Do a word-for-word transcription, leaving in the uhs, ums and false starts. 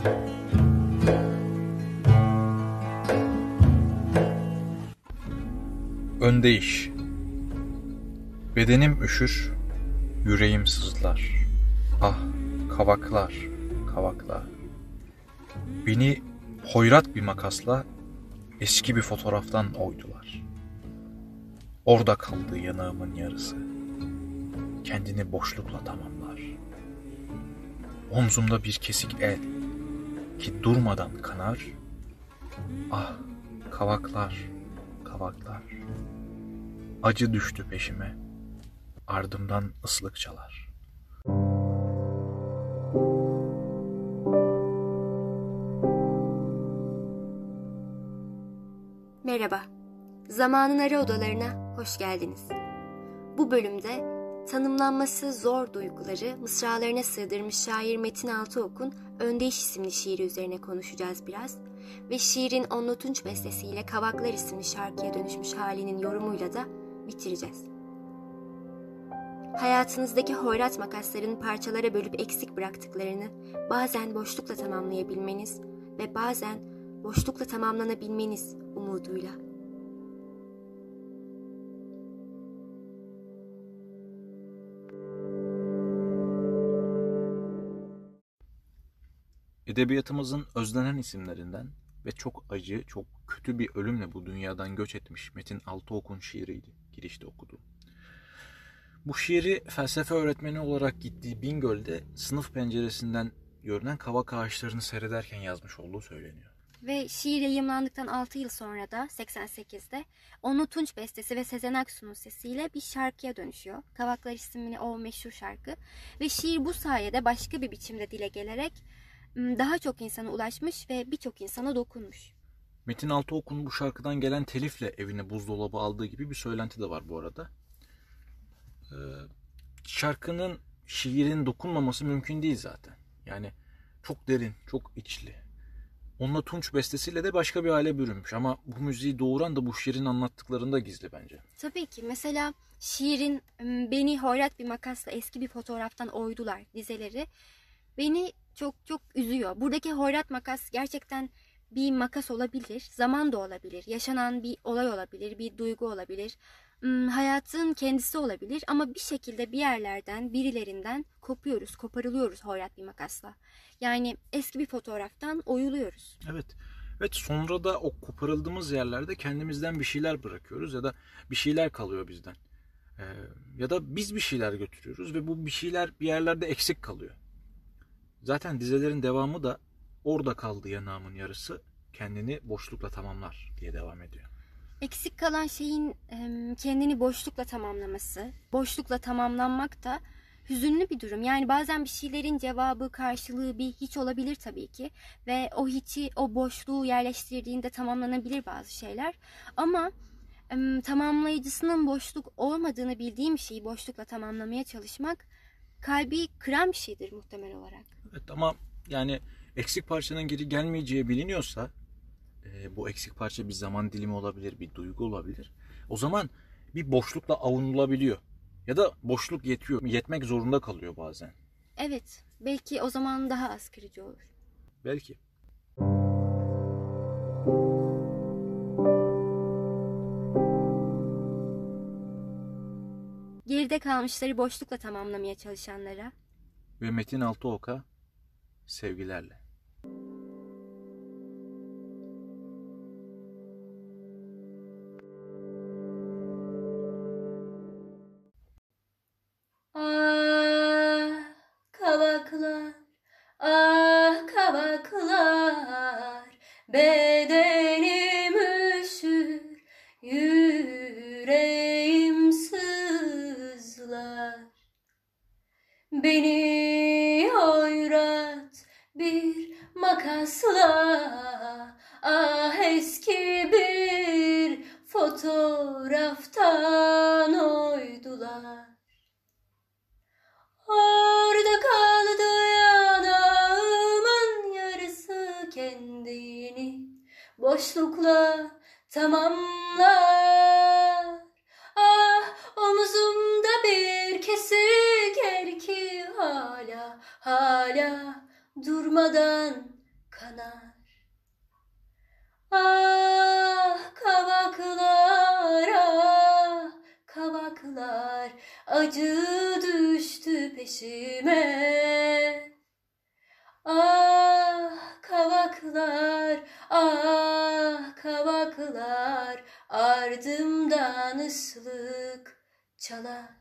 Öndeyiş. Bedenim üşür, yüreğim sızlar. Ah, kavaklar, kavaklar. Beni hoyrat bir makasla eski bir fotoğraftan oydular. Orada kaldı yanağımın yarısı. Kendini boşlukla tamamlar. Omzumda bir kesik el ki durmadan kanar. Ah, kavaklar, kavaklar. Acı düştü peşime, ardımdan ıslık çalar. Merhaba, Zamanın Ara Odalarına hoş geldiniz. Bu bölümde tanımlanması zor duyguları mısralarına sığdırmış şair Metin Altıok'un Öndeyiş isimli şiiri üzerine konuşacağız biraz ve şiirin Onno Tunç bestesiyle Kavaklar isimli şarkıya dönüşmüş halinin yorumuyla da bitireceğiz. Hayatınızdaki hoyrat makasların parçalara bölüp eksik bıraktıklarını bazen boşlukla tamamlayabilmeniz ve bazen boşlukla tamamlanabilmeniz umuduyla. Edebiyatımızın özlenen isimlerinden ve çok acı, çok kötü bir ölümle bu dünyadan göç etmiş Metin Altıok'un şiiriydi. Girişte okudum. Bu şiiri felsefe öğretmeni olarak gittiği Bingöl'de sınıf penceresinden görünen kavak ağaçlarını seyrederken yazmış olduğu söyleniyor. Ve şiir yayımlandıktan altı yıl sonra da seksen sekizde Onno Tunç bestesi ve Sezen Aksu'nun sesiyle bir şarkıya dönüşüyor. Kavaklar isimli o meşhur şarkı. Ve şiir bu sayede başka bir biçimde dile gelerek daha çok insana ulaşmış ve birçok insana dokunmuş. Metin Altıok'un bu şarkıdan gelen telifle evine buzdolabı aldığı gibi bir söylenti de var bu arada. Ee, şarkının şiirin dokunmaması mümkün değil zaten. Yani çok derin, çok içli. Onunla Tunç bestesiyle de başka bir hale bürünmüş ama bu müziği doğuran da bu şiirin anlattıklarında gizli bence. Tabii ki. Mesela şiirin beni hoyrat bir makasla eski bir fotoğraftan oydular dizeleri beni çok çok üzüyor. Buradaki hoyrat makas gerçekten bir makas olabilir, zaman da olabilir, yaşanan bir olay olabilir, bir duygu olabilir, hayatın kendisi olabilir ama bir şekilde bir yerlerden, birilerinden kopuyoruz, koparılıyoruz hoyrat bir makasla. Yani eski bir fotoğraftan oyuluyoruz. Evet. Evet, sonra da o koparıldığımız yerlerde kendimizden bir şeyler bırakıyoruz ya da bir şeyler kalıyor bizden. Ee, ya da biz bir şeyler götürüyoruz ve bu bir şeyler bir yerlerde eksik kalıyor. Zaten dizelerin devamı da orada kaldı yanağımın yarısı, kendini boşlukla tamamlar diye devam ediyor. Eksik kalan şeyin kendini boşlukla tamamlaması, boşlukla tamamlanmak da hüzünlü bir durum. Yani bazen bir şeylerin cevabı, karşılığı bir hiç olabilir tabii ki. Ve o hiçi, o boşluğu yerleştirdiğinde tamamlanabilir bazı şeyler. Ama tamamlayıcısının boşluk olmadığını bildiğim şeyi boşlukla tamamlamaya çalışmak kalbi kıran bir şeydir muhtemel olarak. Evet, ama yani eksik parçanın geri gelmeyeceği biliniyorsa, e, bu eksik parça bir zaman dilimi olabilir, bir duygu olabilir. O zaman bir boşlukla avunulabiliyor. Ya da boşluk yetiyor, yetmek zorunda kalıyor bazen. Evet, belki o zaman daha az kırıcı olur. Belki. Geride kalmışları boşlukla tamamlamaya çalışanlara ve Metin Altıok'a sevgilerle. Ah kavaklar, ah kavaklar, bedenim üşür, yüreğim sızlar. Beni hoyrat bir makasla, ah eski bir fotoğraftan oydular. Orada kaldı yanağımın yarısı, kendini boşlukla tamamlar. Ah omzumda bir kesik el ki hala hala durmadan kanar. Ah kavaklar, ah kavaklar, acı düştü peşime. Ah kavaklar, ah kavaklar, ardımdan ıslık çalar.